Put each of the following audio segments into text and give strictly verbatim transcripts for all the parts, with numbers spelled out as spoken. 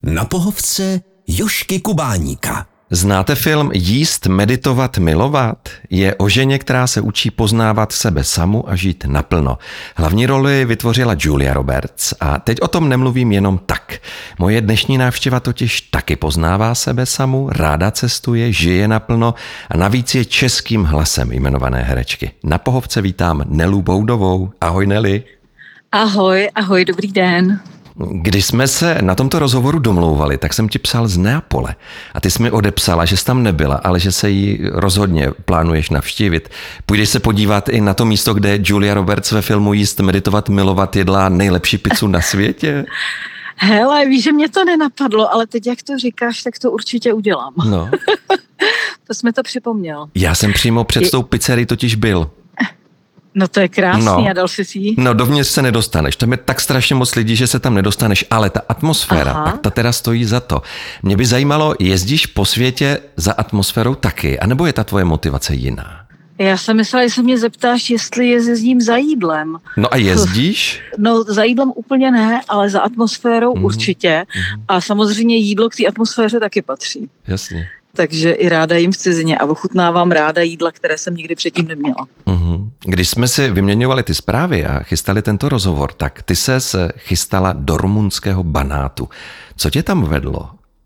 Na pohovce Jožky Kubáníka. Znáte film Jíst, meditovat, milovat? Je o ženě, která se učí poznávat sebe samu a žít naplno. Hlavní roli vytvořila Julia Roberts a teď o tom nemluvím jenom tak. Moje dnešní návštěva totiž taky poznává sebe samu, ráda cestuje, žije naplno a navíc je českým hlasem jmenované herečky. Na pohovce vítám Nelu Boudovou. Ahoj Neli. Ahoj, ahoj, dobrý den. Když jsme se na tomto rozhovoru domlouvali, tak jsem ti psal z Neapole a ty jsi mi odepsala, že jsi tam nebyla, ale že se jí rozhodně plánuješ navštívit. Půjdeš se podívat i na to místo, kde Julia Roberts ve filmu Jíst, meditovat, milovat jedla nejlepší pizzu na světě? Hele, víš, že mě to nenapadlo, ale teď, jak to říkáš, tak to určitě udělám. No. To jsi mi to připomněl. Já jsem přímo před tou pizzerií totiž byl. No to je krásný, no. A dal jsi si ji? No dovnitř se nedostaneš, tam je tak strašně moc lidí, že se tam nedostaneš, ale ta atmosféra, Aha. tak ta teda stojí za to. Mě by zajímalo, jezdíš po světě za atmosférou taky, anebo je ta tvoje motivace jiná? Já jsem myslela, že se mě zeptáš, jestli jezdím za jídlem. No a jezdíš? No za jídlem úplně ne, ale za atmosférou mm. určitě. Mm. A samozřejmě jídlo k té atmosféře taky patří. Jasně. Takže i ráda jím v cizině a ochutnávám ráda jídla, které jsem nikdy předtím neměla. Uhum. Když jsme si vyměňovali ty zprávy a chystali tento rozhovor, tak ty ses chystala do rumunského Banátu. Co tě tam vedlo?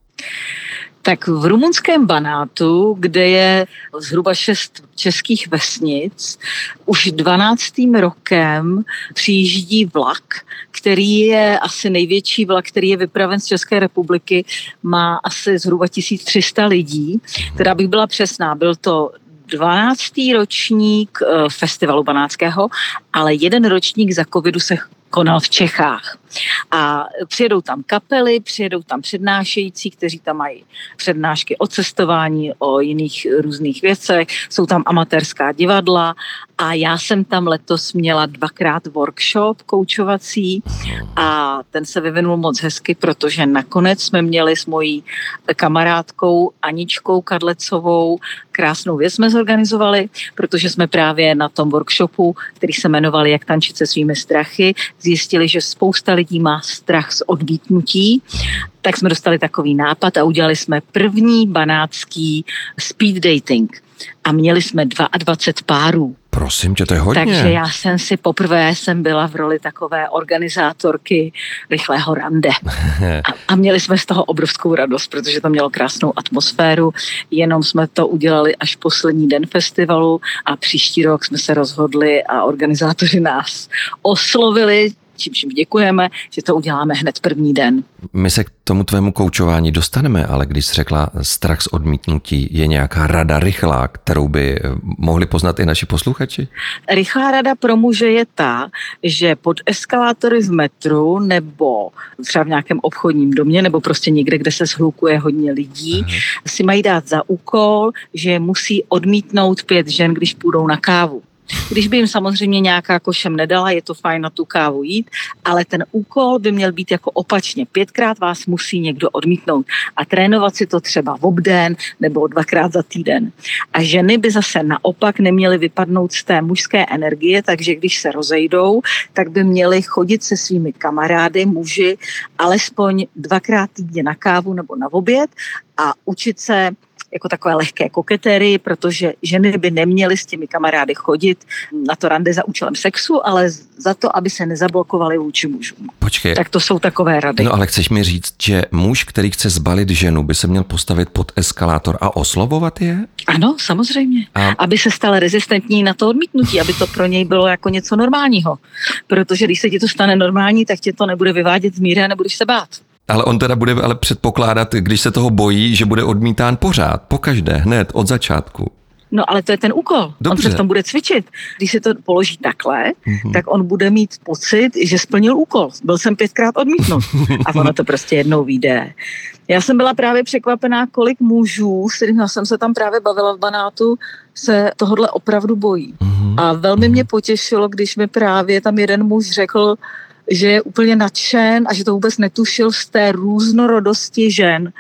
Tak v rumunském Banátu, kde je zhruba šest českých vesnic, už dvanáctým rokem přijíždí vlak, který je asi největší vlak, který je vypraven z České republiky, má asi zhruba tisíc tři sta lidí, která bych byla přesná, byl to dvanáctý ročník festivalu banátského, ale jeden ročník za covidu se konal v Čechách. A přijedou tam kapely, přijedou tam přednášející, kteří tam mají přednášky o cestování, o jiných různých věcech, jsou tam amatérská divadla a já jsem tam letos měla dvakrát workshop koučovací a ten se vyvinul moc hezky, protože nakonec jsme měli s mojí kamarádkou Aničkou Kadlecovou krásnou věc jsme zorganizovali, protože jsme právě na tom workshopu, který se jmenoval Jak tančit se svými strachy, zjistili, že spousta lidí má strach z odmítnutí, tak jsme dostali takový nápad a udělali jsme první banátský speed dating a měli jsme dvacet dva párů. Prosím tě, to je hodně. Takže já jsem si poprvé jsem byla v roli takové organizátorky rychlého rande. A, a měli jsme z toho obrovskou radost, protože to mělo krásnou atmosféru. Jenom jsme to udělali až poslední den festivalu a příští rok jsme se rozhodli a organizátoři nás oslovili, čímž jim děkujeme, že to uděláme hned první den. My se k tomu tvému koučování dostaneme, ale když jsi řekla strach z odmítnutí, je nějaká rada rychlá, kterou by mohli poznat i naši posluchači? Rychlá rada pro muže je ta, že pod eskalátory v metru nebo třeba v nějakém obchodním domě nebo prostě někde, kde se shlukuje hodně lidí, Aha. si mají dát za úkol, že musí odmítnout pět žen, když půjdou na kávu. Když by jim samozřejmě nějaká košem nedala, je to fajn na tu kávu jít, ale ten úkol by měl být jako opačně. Pětkrát vás musí někdo odmítnout a trénovat si to třeba v obden nebo dvakrát za týden. A ženy by zase naopak neměly vypadnout z té mužské energie, takže když se rozejdou, tak by měly chodit se svými kamarády, muži, alespoň dvakrát týdně na kávu nebo na oběd a učit se jako takové lehké koketéry, protože ženy by neměly s těmi kamarády chodit na to rande za účelem sexu, ale za to, aby se nezablokovali vůči mužům. Počkej. Tak to jsou takové rady. No ale chceš mi říct, že muž, který chce zbalit ženu, by se měl postavit pod eskalátor a oslovovat je? Ano, samozřejmě. A... Aby se stal rezistentní na to odmítnutí, aby to pro něj bylo jako něco normálního. Protože když se ti to stane normální, tak tě to nebude vyvádět z míry a nebudeš se bát. Ale on teda bude ale předpokládat, když se toho bojí, že bude odmítán pořád, pokaždé, hned, od začátku. No ale to je ten úkol. Dobře. On se v tom bude cvičit. Když se to položí takhle, mm-hmm. tak on bude mít pocit, že splnil úkol. Byl jsem pětkrát odmítnut. A ono to prostě jednou vyjde. Já jsem byla právě překvapená, kolik mužů, s kterými jsem se tam právě bavila v Banátu, se tohodle opravdu bojí. Mm-hmm. A velmi mě potěšilo, když mi právě tam jeden muž řekl, že je úplně nadšen a že to vůbec netušil z té různorodosti žen,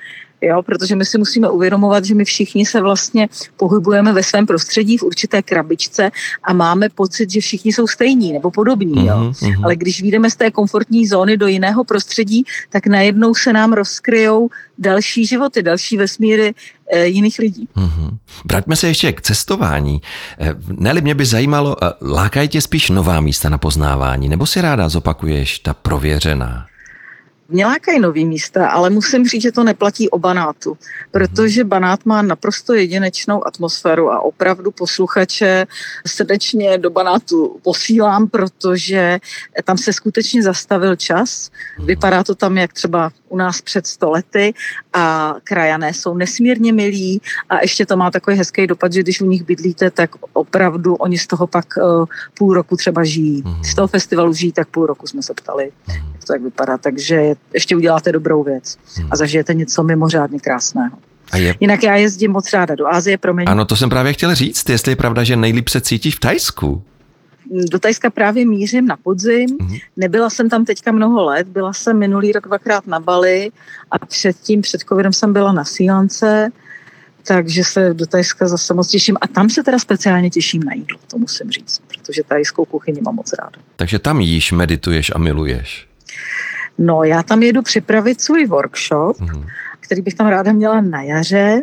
Jo, protože my si musíme uvědomovat, že my všichni se vlastně pohybujeme ve svém prostředí v určité krabičce a máme pocit, že všichni jsou stejní nebo podobní. Jo. Mm-hmm. Ale když vyjdeme z té komfortní zóny do jiného prostředí, tak najednou se nám rozkryjou další životy, další vesmíry e, jiných lidí. Mm-hmm. Vraťme se ještě k cestování. E, Neli, mě by zajímalo, lákají tě spíš nová místa na poznávání, nebo si ráda zopakuješ ta prověřená? Mě lákají nový místa, ale musím říct, že to neplatí o Banátu, protože Banát má naprosto jedinečnou atmosféru a opravdu posluchače srdečně do Banátu posílám, protože tam se skutečně zastavil čas. Vypadá to tam jak třeba u nás před sto lety a krajané jsou nesmírně milí a ještě to má takový hezký dopad, že když u nich bydlíte, tak opravdu oni z toho pak uh, půl roku třeba žijí. Z toho festivalu žijí, tak půl roku jsme se ptali, jak to tak vypadá. Takže ještě uděláte dobrou věc a zažijete něco mimořádně krásného. A je... Jinak já jezdím moc ráda do Asie, promiň. Ano, to jsem právě chtěl říct, jestli je pravda, že nejlíp se cítíš v Thajsku. Do Thajska právě mířím na podzim. Mm-hmm. Nebyla jsem tam teďka mnoho let, byla jsem minulý rok dvakrát na Bali a předtím, před covidem jsem byla na Srí Lance, takže se do Thajska zase moc těším a tam se teda speciálně těším na jídlo, to musím říct, protože thajskou kuchyni mám moc ráda. Takže tam jíš, medituješ a miluješ. No, já tam jedu připravit svůj workshop, mm-hmm. který bych tam ráda měla na jaře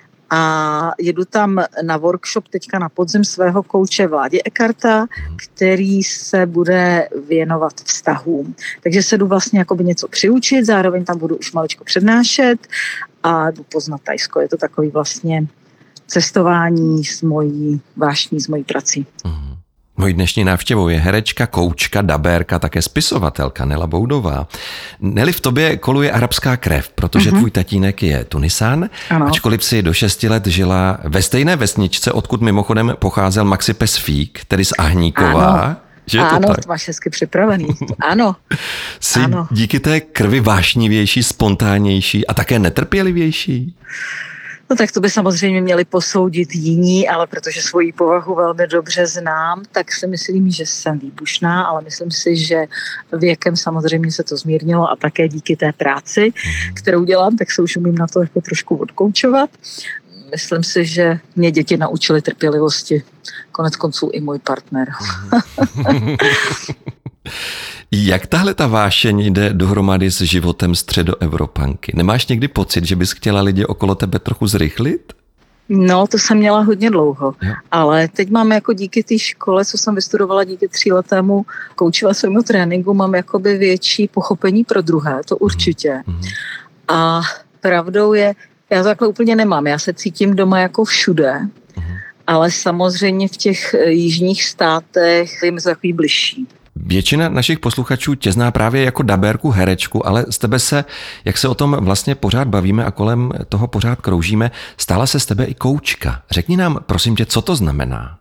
a jedu tam na workshop teďka na podzim svého kouče Vládě Eckarta, mm-hmm. který se bude věnovat vztahům. Takže se jdu vlastně jakoby něco přiučit, zároveň tam budu už maličko přednášet a jdu poznat Thajsko. Je to takový vlastně cestování s mojí vášní, s mojí prací. Mm-hmm. Mojí dnešní návštěvou je herečka, koučka, dabérka, také spisovatelka Nela Boudová. Neli, v tobě koluje arabská krev, protože mm-hmm. tvůj tatínek je Tunisán, ano. Ačkoliv si do šesti let žila ve stejné vesničce, odkud mimochodem pocházel Maxi Pesfík, tedy z Ahníkova. Ano. Že je to ano, tak? to máš hezky připravený. Ano. Jsi ano. díky té krvi vášnivější, spontánnější a také netrpělivější? No tak to by samozřejmě měli posoudit jiní, ale protože svoji povahu velmi dobře znám, tak si myslím, že jsem výbušná, ale myslím si, že věkem samozřejmě se to zmírnilo a také díky té práci, kterou dělám, tak se už umím na to jako trošku odkoučovat. Myslím si, že mě děti naučily trpělivosti. Konec konců i můj partner. Jak tahle ta vášeň jde dohromady s životem středoevropanky? Nemáš někdy pocit, že bys chtěla lidi okolo tebe trochu zrychlit? No, to jsem měla hodně dlouho, jo. Ale teď mám jako díky té škole, co jsem vystudovala díky tříletému koučovací tréninku, mám jakoby větší pochopení pro druhé, to určitě. Mm-hmm. A pravdou je, já to takhle úplně nemám, já se cítím doma jako všude, mm-hmm. ale samozřejmě v těch jižních státech je mi to takový bližší. Většina našich posluchačů tě zná právě jako dabérku, herečku, ale z tebe se, jak se o tom vlastně pořád bavíme a kolem toho pořád kroužíme, stala se z tebe i koučka. Řekni nám, prosím tě, co to znamená?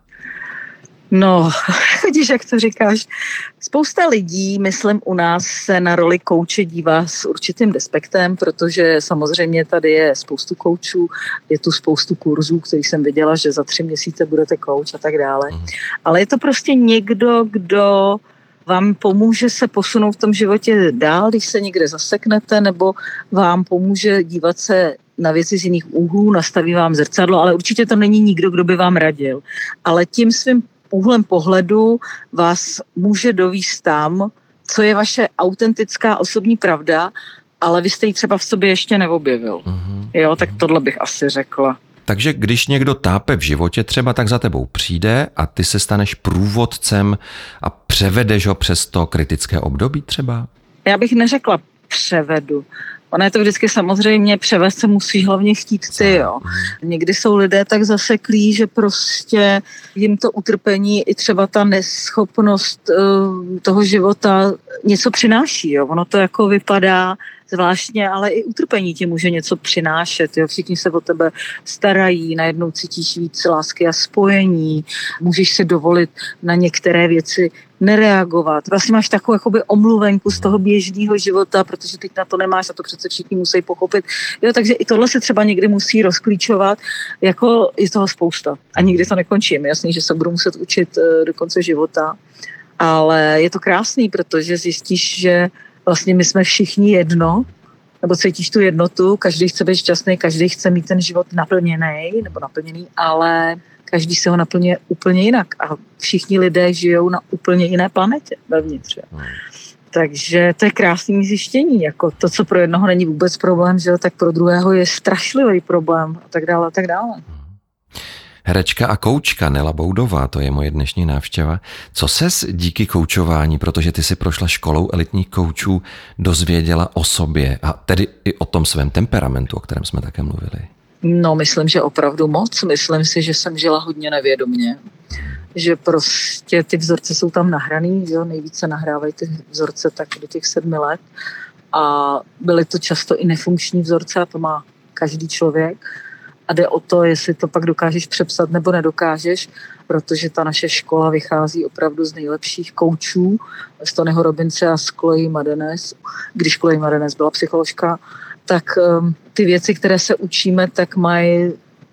No, vidíš, jak to říkáš. Spousta lidí, myslím, u nás se na roli kouče dívá s určitým despektem, protože samozřejmě tady je spoustu koučů, je tu spoustu kurzů, který jsem viděla, že za tři měsíce budete kouč a tak dále. Mm. Ale je to prostě někdo, kdo vám pomůže se posunout v tom životě dál, když se někde zaseknete, nebo vám pomůže dívat se na věci z jiných úhlů, nastaví vám zrcadlo, ale určitě to není nikdo, kdo by vám radil. Ale tím svým úhlem pohledu vás může dovíst tam, co je vaše autentická osobní pravda, ale vy jste ji třeba v sobě ještě neobjevil. Mm-hmm. Jo, tak tohle bych asi řekla. Takže když někdo tápe v životě třeba, tak za tebou přijde a ty se staneš průvodcem a převedeš ho přes to kritické období třeba? Já bych neřekla převedu. Ono je to vždycky samozřejmě, převést se musí hlavně chtít ty, jo. Někdy jsou lidé tak zaseklí, že prostě jim to utrpení i třeba ta neschopnost uh, toho života něco přináší, jo. Ono to jako vypadá zvláštně, ale i utrpení ti může něco přinášet, jo. Všichni se o tebe starají, najednou cítíš víc lásky a spojení, můžeš si dovolit na některé věci nereagovat. Vlastně máš takovou jakoby omluvenku z toho běžného života, protože teď na to nemáš a to přece všichni musí pochopit. Jo, takže i tohle se třeba někdy musí rozklíčovat, jako je toho spousta. A nikdy to nekončím. Jasně, že se budu muset učit do konce života, ale je to krásný, protože zjistíš, že vlastně my jsme všichni jedno, nebo cítíš tu jednotu, každý chce být šťastný, každý chce mít ten život naplněný nebo naplněný, ale každý se ho naplňuje úplně jinak a všichni lidé žijou na úplně jiné planetě vevnitř. Hmm. Takže to je krásný zjištění, jako to, co pro jednoho není vůbec problém, že jo, tak pro druhého je strašlivý problém a tak dále a tak dále. Herečka a koučka Nela Boudová, to je moje dnešní návštěva. Co ses díky koučování, protože ty si prošla školou elitních koučů, dozvěděla o sobě a tedy i o tom svém temperamentu, o kterém jsme také mluvili? No, myslím, že opravdu moc. Myslím si, že jsem žila hodně nevědomně. Že prostě ty vzorce jsou tam nahraný, že jo, nejvíce nahrávají ty vzorce tak do těch sedmi let. A byly to často i nefunkční vzorce a to má každý člověk. A jde o to, jestli to pak dokážeš přepsat nebo nedokážeš, protože ta naše škola vychází opravdu z nejlepších koučů, z Tonyho Robbinse a z Chloe Madenes. Když Chloe Madenes byla psycholožka, tak um, ty věci, které se učíme, tak mají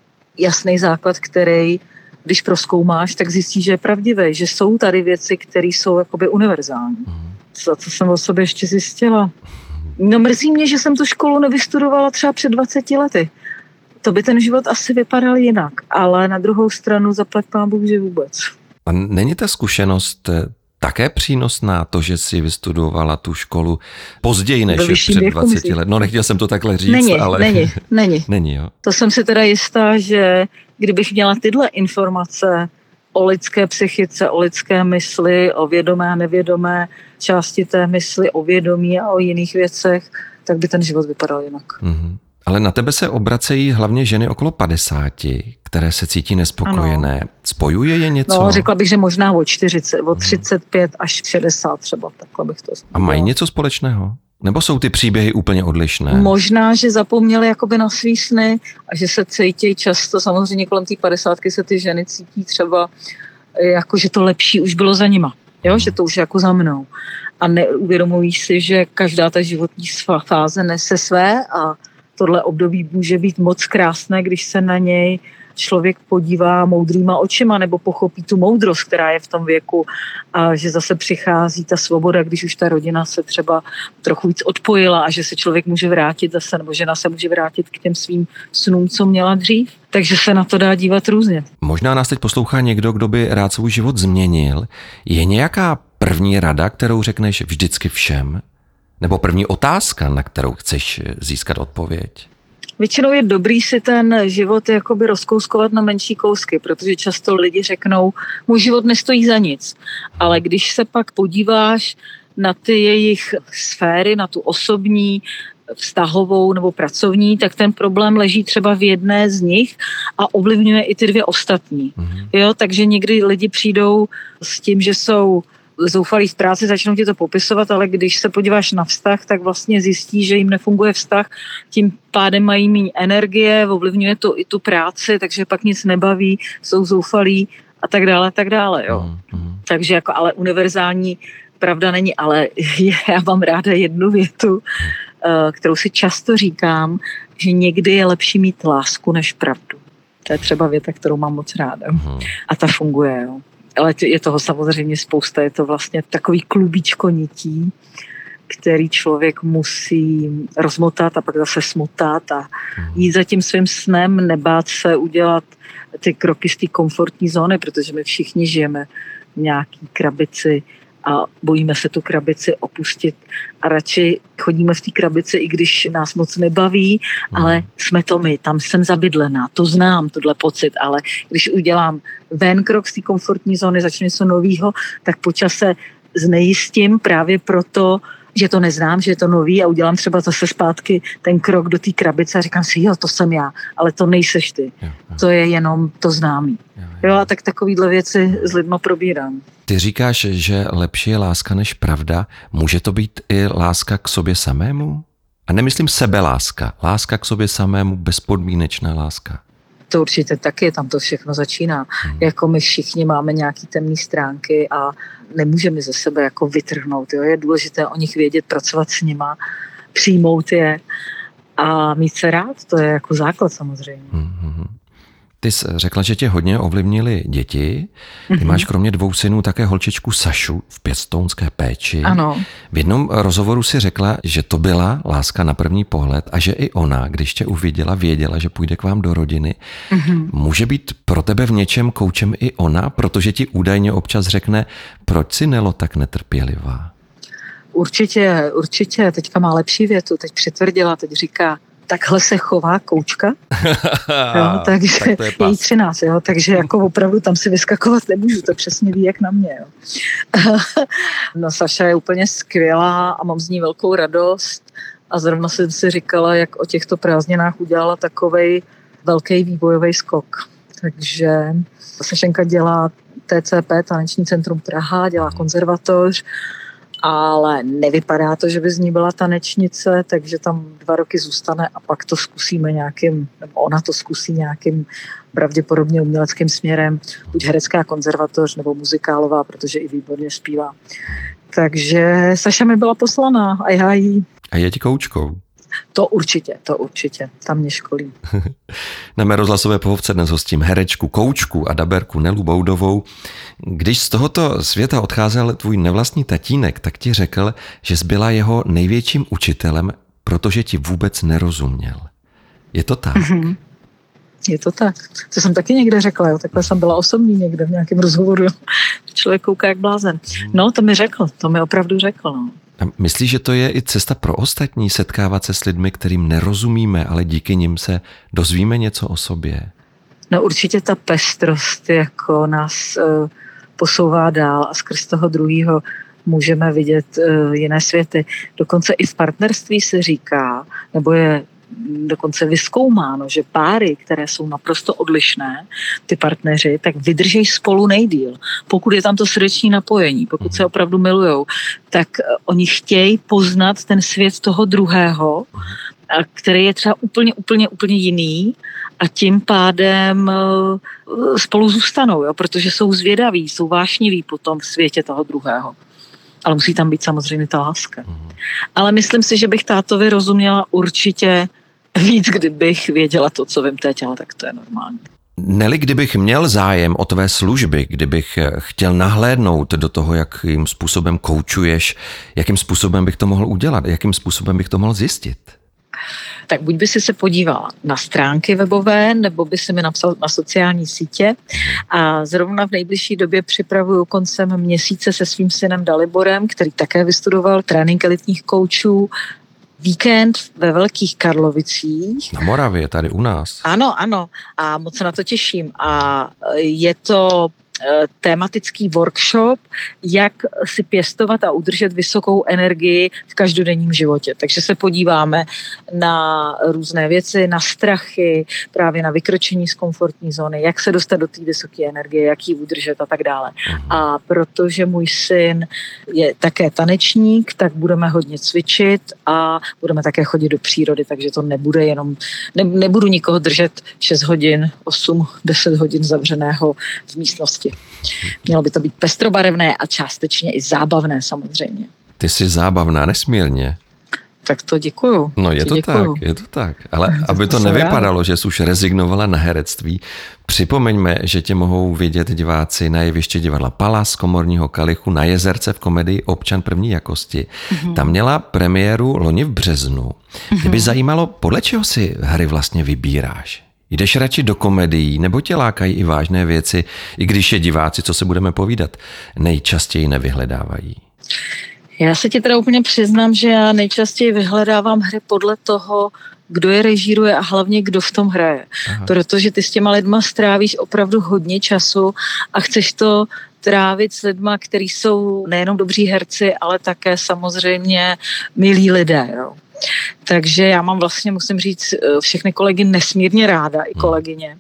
jasný základ, který, když prozkoumáš, tak zjistíš, že je pravdivý, že jsou tady věci, které jsou jakoby univerzální. Co, co jsem o sobě ještě zjistila? No, mrzí mě, že jsem tu školu nevystudovala třeba před dvaceti lety. To by ten život asi vypadal jinak, ale na druhou stranu zaplať pán Bůh, že vůbec. A není ta zkušenost také přínosná, to, že jsi vystudovala tu školu později než před dvaceti let? No, nechtěl jsem to takhle říct, není, ale... Není, není. Není, jo. To jsem si teda jistá, že kdybych měla tyhle informace o lidské psychice, o lidské mysli, o vědomé a nevědomé části té mysli, o vědomí a o jiných věcech, tak by ten život vypadal jinak. Mm-hmm. Ale na tebe se obracejí hlavně ženy okolo padesáti, které se cítí nespokojené. Ano. Spojuje je něco? No, řekla bych, že možná o čtyřicet, o třicet pět až šedesát třeba, takhle bych to A mají něco společného? Nebo jsou ty příběhy úplně odlišné? Možná, že zapomněli jakoby na svý sny a že se cítí často, samozřejmě kolem té padesátky se ty ženy cítí třeba jako, že to lepší už bylo za nima, jo? Hmm. Že to už jako za mnou. A neuvědomují si, že každá ta životní fáze nese své a tohle období může být moc krásné, když se na něj člověk podívá moudrýma očima nebo pochopí tu moudrost, která je v tom věku a že zase přichází ta svoboda, když už ta rodina se třeba trochu víc odpojila a že se člověk může vrátit zase, nebo žena se může vrátit k těm svým snům, co měla dřív. Takže se na to dá dívat různě. Možná nás teď poslouchá někdo, kdo by rád svůj život změnil. Je nějaká první rada, kterou řekneš vždycky všem? Nebo první otázka, na kterou chceš získat odpověď? Většinou je dobrý si ten život jakoby rozkouskovat na menší kousky, protože často lidi řeknou, můj život nestojí za nic. Ale když se pak podíváš na ty jejich sféry, na tu osobní, vztahovou nebo pracovní, tak ten problém leží třeba v jedné z nich a ovlivňuje i ty dvě ostatní. Mm-hmm. Jo, takže někdy lidi přijdou s tím, že jsou zoufalí v práci, začnou ti to popisovat, ale když se podíváš na vztah, tak vlastně zjistí, že jim nefunguje vztah, tím pádem mají méně energie, ovlivňuje to i tu práci, takže pak nic nebaví, jsou zoufalí a tak dále, a tak dále, jo. Mm-hmm. Takže jako, ale univerzální pravda není, ale já mám ráda jednu větu, kterou si často říkám, že někdy je lepší mít lásku než pravdu. To je třeba věta, kterou mám moc ráda. Mm-hmm. A ta funguje, jo. Ale je toho samozřejmě spousta, je to vlastně takový klubíčko nití, který člověk musí rozmotat a pak zase smotat a jít za tím svým snem, nebát se udělat ty kroky z té komfortní zóny, protože my všichni žijeme v nějaký krabici a bojíme se tu krabici opustit a radši chodíme v té krabici, i když nás moc nebaví, ale jsme to my, tam jsem zabydlená, to znám, tohle pocit, ale když udělám ven krok z té komfortní zóny, začnu něco novýho, tak po čase znejistím právě proto, že to neznám, že je to nový a udělám třeba zase zpátky ten krok do té krabice a říkám si, jo, to jsem já, ale to nejseš ty, jo, jo. To je jenom to známý. Jo, jo. jo a tak takovýhle věci s lidma probírám. Ty říkáš, že lepší je láska než pravda. Může to být i láska k sobě samému? A nemyslím sebeláska. Láska k sobě samému, bezpodmínečná láska. To určitě taky, tam to všechno začíná. Hmm. Jako my všichni máme nějaký temné stránky a nemůžeme ze sebe jako vytrhnout. Jo? Je důležité o nich vědět, pracovat s nima, přijmout je a mít se rád. To je jako základ samozřejmě. Hmm. Ty jsi řekla, že tě hodně ovlivnily děti. Ty mm-hmm. máš kromě dvou synů také holčičku Sašu v pěstounské péči. Ano. V jednom rozhovoru si řekla, že to byla láska na první pohled a že i ona, když tě uviděla, věděla, že půjde k vám do rodiny. Mm-hmm. Může být pro tebe v něčem koučem i ona, protože ti údajně občas řekne, proč si Nelo tak netrpělivá? Určitě, určitě. Teďka má lepší větu, teď přitvrdila, teď říká, takhle se chová koučka, jo, takže tak to je, je jí třináct, jo, takže jako opravdu tam si vyskakovat nemůžu, to přesně ví, jak na mě. Jo. No Saša je úplně skvělá a mám z ní velkou radost a zrovna jsem si říkala, jak o těchto prázdninách udělala takovej velký vývojový skok. Takže Sašenka dělá T C P, Taneční centrum Praha, dělá konzervatoř, ale nevypadá to, že by z ní byla tanečnice, takže tam dva roky zůstane a pak to zkusíme nějakým, nebo ona to zkusí nějakým pravděpodobně uměleckým směrem, buď herecká konzervatoř nebo muzikálová, protože i výborně zpívá. Takže Saša mi byla poslaná a já jí. A je ti koučkou? To určitě, to určitě. Tam mě školí. Na mé rozhlasové pohovce dnes hostím herečku, koučku a daberku Nelu Boudovou. Když z tohoto světa odcházel tvůj nevlastní tatínek, tak ti řekl, že jsi byla jeho největším učitelem, protože ti vůbec nerozuměl. Je to tak? Mm-hmm. Je to tak. To jsem taky někde řekla, jo. Takhle jsem byla osobní někde v nějakém rozhovoru. Člověk kouká jak blázen. No, to mi řekl, to mi opravdu řekl, no. A myslíš, že to je i cesta pro ostatní, setkávat se s lidmi, kterým nerozumíme, ale díky nim se dozvíme něco o sobě? No určitě ta pestrost jako nás uh, posouvá dál a skrz toho druhýho můžeme vidět uh, jiné světy. Dokonce i v partnerství se říká, nebo je dokonce vyzkoumáno, že páry, které jsou naprosto odlišné, ty partneři, tak vydrží spolu nejdýl. Pokud je tam to srdeční napojení, pokud se opravdu milujou, tak oni chtějí poznat ten svět toho druhého, který je třeba úplně, úplně, úplně jiný a tím pádem spolu zůstanou, jo? Protože jsou zvědaví, jsou vášniví po tom světě toho druhého. Ale musí tam být samozřejmě ta láska. Ale myslím si, že bych tátovi rozuměla určitě víc, kdybych věděla to, co vím teď, ale tak to je normální. Neli, kdybych měl zájem o tvé služby, kdybych chtěl nahlédnout do toho, jakým způsobem koučuješ, jakým způsobem bych to mohl udělat, jakým způsobem bych to mohl zjistit? Tak buď by si se podívala na stránky webové, nebo by si mi napsal na sociální sítě. A zrovna v nejbližší době připravuju koncem měsíce se svým synem Daliborem, který také vystudoval trénink elitních koučů, víkend ve Velkých Karlovicích. Na Moravě, tady u nás. Ano, ano. A moc se na to těším. A je to tématický workshop, jak si pěstovat a udržet vysokou energii v každodenním životě. Takže se podíváme na různé věci, na strachy, právě na vykročení z komfortní zóny, jak se dostat do té vysoké energie, jak ji udržet a tak dále. A protože můj syn je také tanečník, tak budeme hodně cvičit a budeme také chodit do přírody, takže to nebude jenom, ne, nebudu nikoho držet šest hodin, osm, deset hodin zavřeného v místnosti. Mělo by to být pestrobarevné a částečně i zábavné samozřejmě. Ty jsi zábavná nesmírně. Tak to děkuju. No je to děkuju. tak, je to tak. Ale aby to nevypadalo, že jsi už rezignovala na herectví, připomeňme, že tě mohou vidět diváci na jevišti divadla Palas, Komorního Kalichu, na Jezerce v komedii Občan první jakosti. Mm-hmm. Tam měla premiéru loni v březnu. Mm-hmm. Mě by zajímalo, podle čeho si hry vlastně vybíráš? Jdeš radši do komedií, nebo tě lákají i vážné věci, i když je diváci, co se budeme povídat, nejčastěji nevyhledávají? Já se ti teda úplně přiznám, že já nejčastěji vyhledávám hry podle toho, kdo je režíruje a hlavně kdo v tom hraje. Aha. Protože ty s těma lidma strávíš opravdu hodně času a chceš to trávit s lidma, kteří jsou nejenom dobří herci, ale také samozřejmě milí lidé, jo. Takže já mám vlastně, musím říct, všechny kolegy nesmírně ráda, i kolegyně.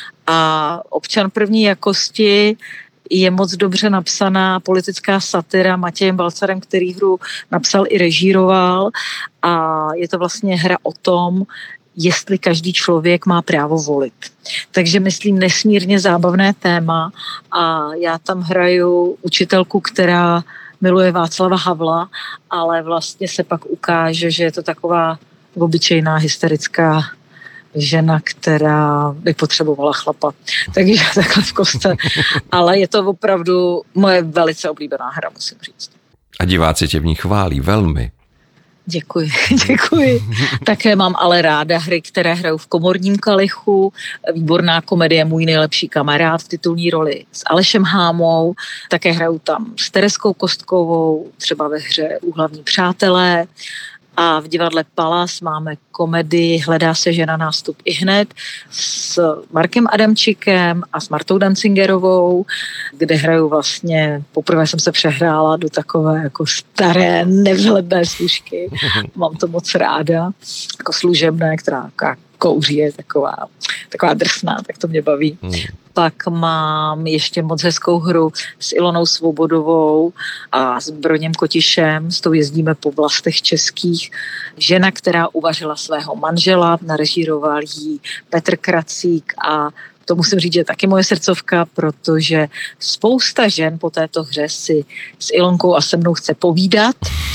A Občan první jakosti je moc dobře napsaná politická satyra Matějem Balcarem, který hru napsal i režíroval. A je to vlastně hra o tom, jestli každý člověk má právo volit. Takže myslím nesmírně zábavné téma a já tam hraju učitelku, která miluje Václava Havla, ale vlastně se pak ukáže, že je to taková obyčejná hysterická žena, která by potřebovala chlapa. Takže takhle v kostce. Ale je to opravdu moje velice oblíbená hra, musím říct. A diváci tě v ní chválí velmi. Děkuji, děkuji. Také mám ale ráda hry, které hrajou v komorním kalichu. Výborná komedie Můj nejlepší kamarád v titulní roli s Alešem Hámou. Také hrajou tam s Tereskou Kostkovou, třeba ve hře Úhlavní přátelé. A v divadle Palas máme komedii Hledá se žena, nástup i hned s Markem Adamčikem a s Martou Dancingerovou, kde hraju vlastně, poprvé jsem se přehrála do takové jako staré, nevzhledné služky. Mám to moc ráda. Jako služebné, která kouří, je taková, taková drsná, tak to mě baví. Hmm. Pak mám ještě moc hezkou hru s Ilonou Svobodovou a s Broněm Kotišem, s tou jezdíme po vlastech českých. Žena, která uvařila svého manžela, narežíroval jí Petr Kracík a to musím říct, že je taky moje srdcovka, protože spousta žen po této hře si s Ilonkou a se mnou chce povídat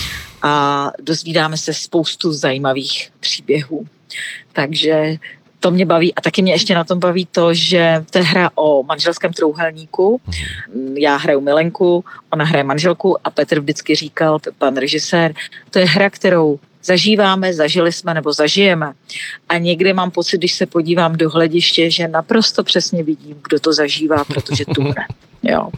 a dozvídáme se spoustu zajímavých příběhů. Takže to mě baví a taky mě ještě na tom baví to, že to je hra o manželském trouhelníku. Já hraju milenku, ona hraje manželku a Petr vždycky říkal, pan režisér, to je hra, kterou zažíváme, zažili jsme nebo zažijeme. A někdy mám pocit, když se podívám do hlediště, že naprosto přesně vidím, kdo to zažívá, protože tuhne. Jo.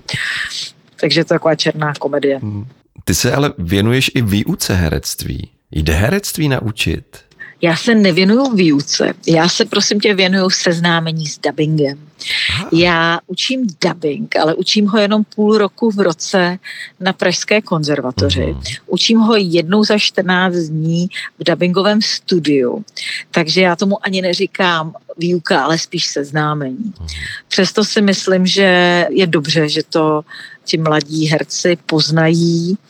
Takže to je taková černá komedie. Ty se ale věnuješ i výuce herectví. Jde herectví naučit? Já se nevěnuju výuce, já se prosím tě věnuju seznámení s dabingem. Aha. Já učím dabing, ale učím ho jenom půl roku v roce na Pražské konzervatoři. Uhum. Učím ho jednou za čtrnáct dní v dabingovém studiu, takže já tomu ani neříkám výuka, ale spíš seznámení. Uhum. Přesto si myslím, že je dobře, že to ti mladí herci poznají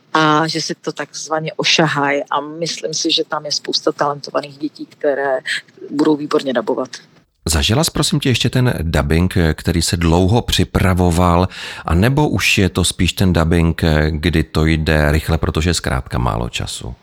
a že si to takzvaně ošahají a myslím si, že tam je spousta talentovaných dětí, které budou výborně dabovat. Zažila jsi prosím tě ještě ten dabing, který se dlouho připravoval, a nebo už je to spíš ten dabing, kdy to jde rychle, protože je zkrátka málo času?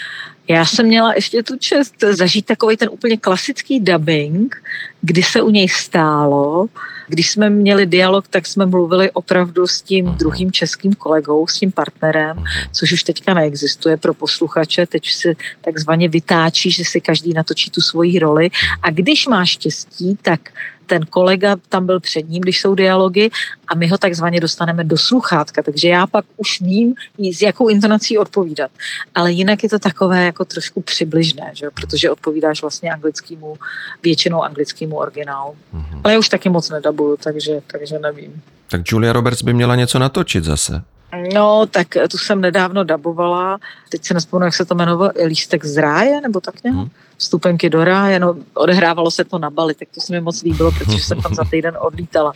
Já jsem měla ještě tu čest zažít takový ten úplně klasický dabing, kdy se u něj stálo. Když jsme měli dialog, tak jsme mluvili opravdu s tím uh-huh. druhým českým kolegou, s tím partnerem, uh-huh. což už teďka neexistuje pro posluchače. Teď se takzvaně vytáčí, že si každý natočí tu svoji roli. A když máš štěstí, tak ten kolega tam byl před ním, když jsou dialogy, a my ho takzvaně dostaneme do sluchátka, takže já pak už vím, s jakou intonací odpovídat. Ale jinak je to takové jako trošku přibližné, že? Protože odpovídáš vlastně anglickému, většinou anglickému originálu. Mm-hmm. Ale já už taky moc nedabuju, takže, takže nevím. Tak Julia Roberts by měla něco natočit zase. No, tak tu jsem nedávno dabovala, teď se nespomenu, jak se to jmenovalo, Lístek z ráje, nebo tak nějak? Hmm. Vstupenky do ráje, no, odehrávalo se to na Bali, tak to se mi moc líbilo, protože jsem tam za týden odlítala.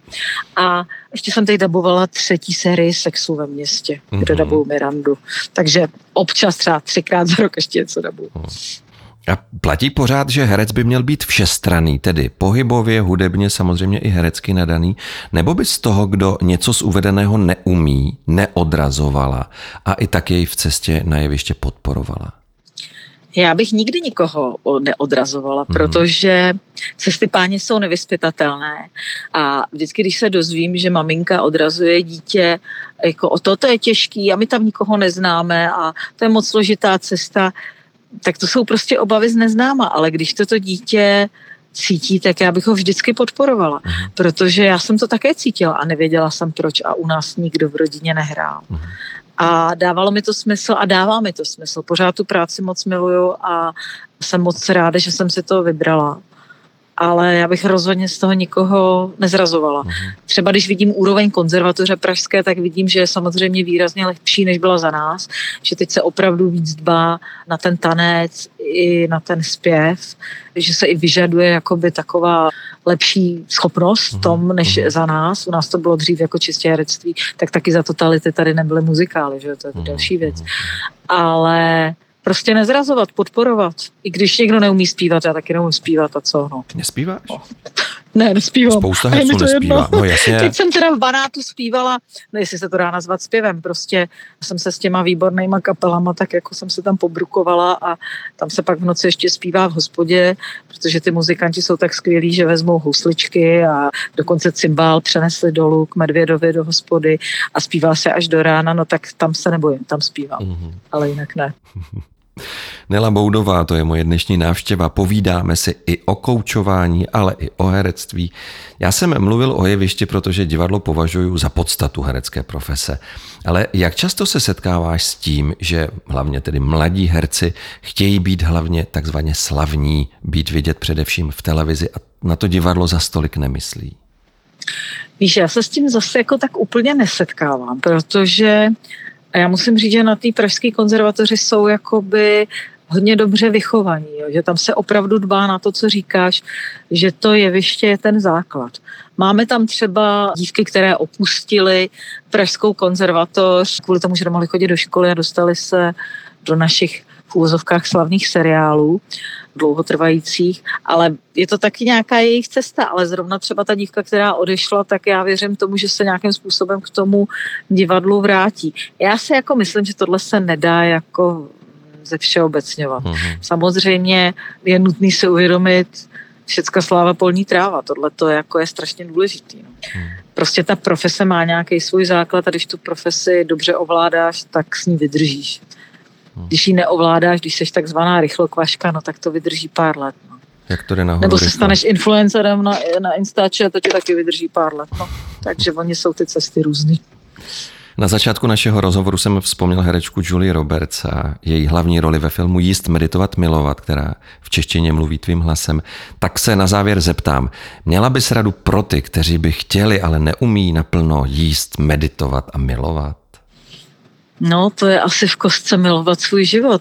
A ještě jsem teď dabovala třetí sérii Sexu ve městě, kde hmm. dabuju Mirandu. Takže občas třeba třikrát za rok ještě něco dabuju. Hmm. A platí pořád, že herec by měl být všestranný, tedy pohybově, hudebně, samozřejmě i herecky nadaný, nebo by z toho, kdo něco z uvedeného neumí, neodrazovala a i tak jej v cestě na jeviště podporovala? Já bych nikdy nikoho neodrazovala, mm. protože cesty páně jsou nevyzpytatelné. A vždycky, když se dozvím, že maminka odrazuje dítě, jako o toto je těžký a my tam nikoho neznáme a to je moc složitá cesta, tak to jsou prostě obavy z neznáma, ale když toto dítě cítí, tak já bych ho vždycky podporovala, uh-huh. protože já jsem to také cítila a nevěděla jsem proč a u nás nikdo v rodině nehrál. Uh-huh. A dávalo mi to smysl a dává mi to smysl. Pořád tu práci moc miluju a jsem moc ráda, že jsem si to vybrala. Ale já bych rozhodně z toho nikoho nezrazovala. Uh-huh. Třeba když vidím úroveň konzervatoře pražské, tak vidím, že je samozřejmě výrazně lepší, než byla za nás, že teď se opravdu víc dbá na ten tanec i na ten zpěv, že se i vyžaduje jakoby taková lepší schopnost v tom, než uh-huh. za nás. U nás to bylo dřív jako čistě herectví, tak taky za totality tady nebyly muzikály, že to je uh-huh. další věc. Ale prostě nezrazovat, podporovat. I když někdo neumí zpívat, já taky neumím zpívat a co, no. Nespíváš? No. Ne, nespívám. Spousta A je mi herců to nespívá. jedno. No jasně. Teď jsem teda v Banátu zpívala, no jestli se to dá nazvat zpěvem, prostě jsem se s těma výbornýma kapelama tak jako jsem se tam pobrukovala a tam se pak v noci ještě zpívá v hospodě, protože ty muzikanti jsou tak skvělí, že vezmou housličky a dokonce cymbál přenesli dolů k Medvědovi do hospody a zpívá se až do rána, no tak tam se nebojím, tam zpívám, mm-hmm. ale jinak ne. Nela Boudová, to je moje dnešní návštěva. Povídáme si i o koučování, ale i o herectví. Já jsem mluvil o jevišti, protože divadlo považuji za podstatu herecké profese. Ale jak často se setkáváš s tím, že hlavně tedy mladí herci chtějí být hlavně takzvaně slavní, být vidět především v televizi a na to divadlo za stolik nemyslí? Víš, já se s tím zase jako tak úplně nesetkávám, protože a já musím říct, že na té pražské konzervatoři jsou jakoby hodně dobře vychovaní, jo? Že tam se opravdu dbá na to, co říkáš, že to jeviště je ten základ. Máme tam třeba dívky, které opustily pražskou konzervatoř kvůli tomu, že nemohly chodit do školy a dostali se do našich v úvozovkách slavných seriálů, dlouhotrvajících, ale je to taky nějaká jejich cesta, ale zrovna třeba ta dívka, která odešla, tak já věřím tomu, že se nějakým způsobem k tomu divadlu vrátí. Já si jako myslím, že tohle se nedá jako ze všeobecňovat. Mm-hmm. Samozřejmě je nutný si uvědomit, všecka sláva polní tráva, tohle to jako je strašně důležitý. No. Mm. Prostě ta profese má nějaký svůj základ a když tu profesi dobře ovládáš, tak s ní vydržíš. Když ji neovládáš, když jsi takzvaná rychlokvaška, no tak to vydrží pár let. No. Jak to jde nahoru? Nebo se staneš influencerem na, na Instači a to ti taky vydrží pár let. No. Takže oni jsou ty cesty různý. Na začátku našeho rozhovoru jsem vzpomněl herečku Julie Roberts a její hlavní roli ve filmu Jíst, meditovat, milovat, která v češtině mluví tvým hlasem. Tak se na závěr zeptám, měla bys radu pro ty, kteří by chtěli, ale neumí naplno jíst, meditovat a milovat? No, to je asi v kostce milovat svůj život.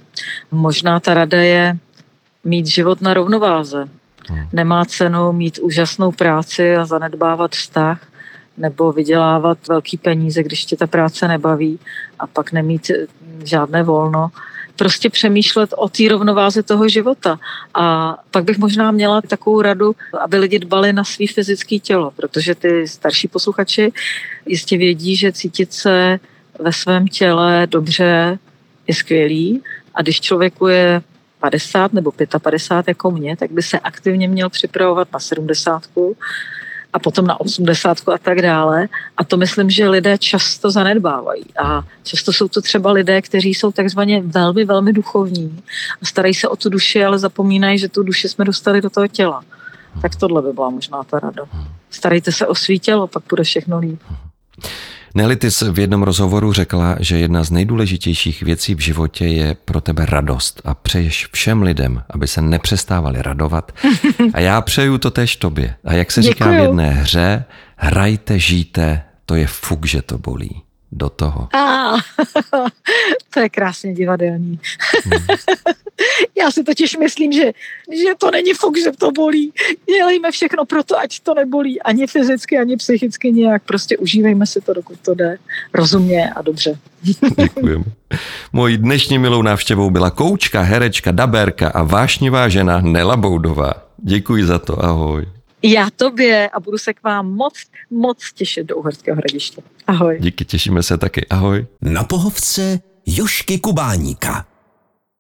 Možná ta rada je mít život na rovnováze. Hmm. Nemá cenu mít úžasnou práci a zanedbávat vztah, nebo vydělávat velký peníze, když tě ta práce nebaví a pak nemít žádné volno. Prostě přemýšlet o té rovnováze toho života. A pak bych možná měla takovou radu, aby lidi dbali na svý fyzické tělo, protože ty starší posluchači jistě vědí, že cítit se ve svém těle dobře je skvělý a když člověku je padesát nebo padesát pět jako mě, tak by se aktivně měl připravovat na sedmdesátku a potom na osmdesátku a tak dále. A to myslím, že lidé často zanedbávají. A často jsou to třeba lidé, kteří jsou takzvaně velmi, velmi duchovní a starají se o tu duši, ale zapomínají, že tu duši jsme dostali do toho těla. Tak tohle by byla možná ta rada. Starejte se o svý tělo, pak bude všechno líp. Nelly, ty jsi v jednom rozhovoru řekla, že jedna z nejdůležitějších věcí v životě je pro tebe radost a přeješ všem lidem, aby se nepřestávali radovat. A já přeju to též tobě. A jak se říká v jedné hře, hrajte, žijte, to je fuk, že to bolí. Do toho. Ah, to je krásně divadelní. Hmm. Já si totiž myslím, že, že to není fuk, že to bolí. Dělejme všechno pro to, ať to nebolí. Ani fyzicky, ani psychicky nějak. Prostě užívejme si to, dokud to jde. Rozumně a dobře. Děkujeme. Mojí dnešní milou návštěvou byla koučka, herečka, dabérka a vášnivá žena Nela Boudová. Děkuji za to, ahoj. Já tobě a budu se k vám moc, moc těšit do Uherského Hradiště. Ahoj. Díky, těšíme se taky. Ahoj. Na pohovce Jožky Kubáníka.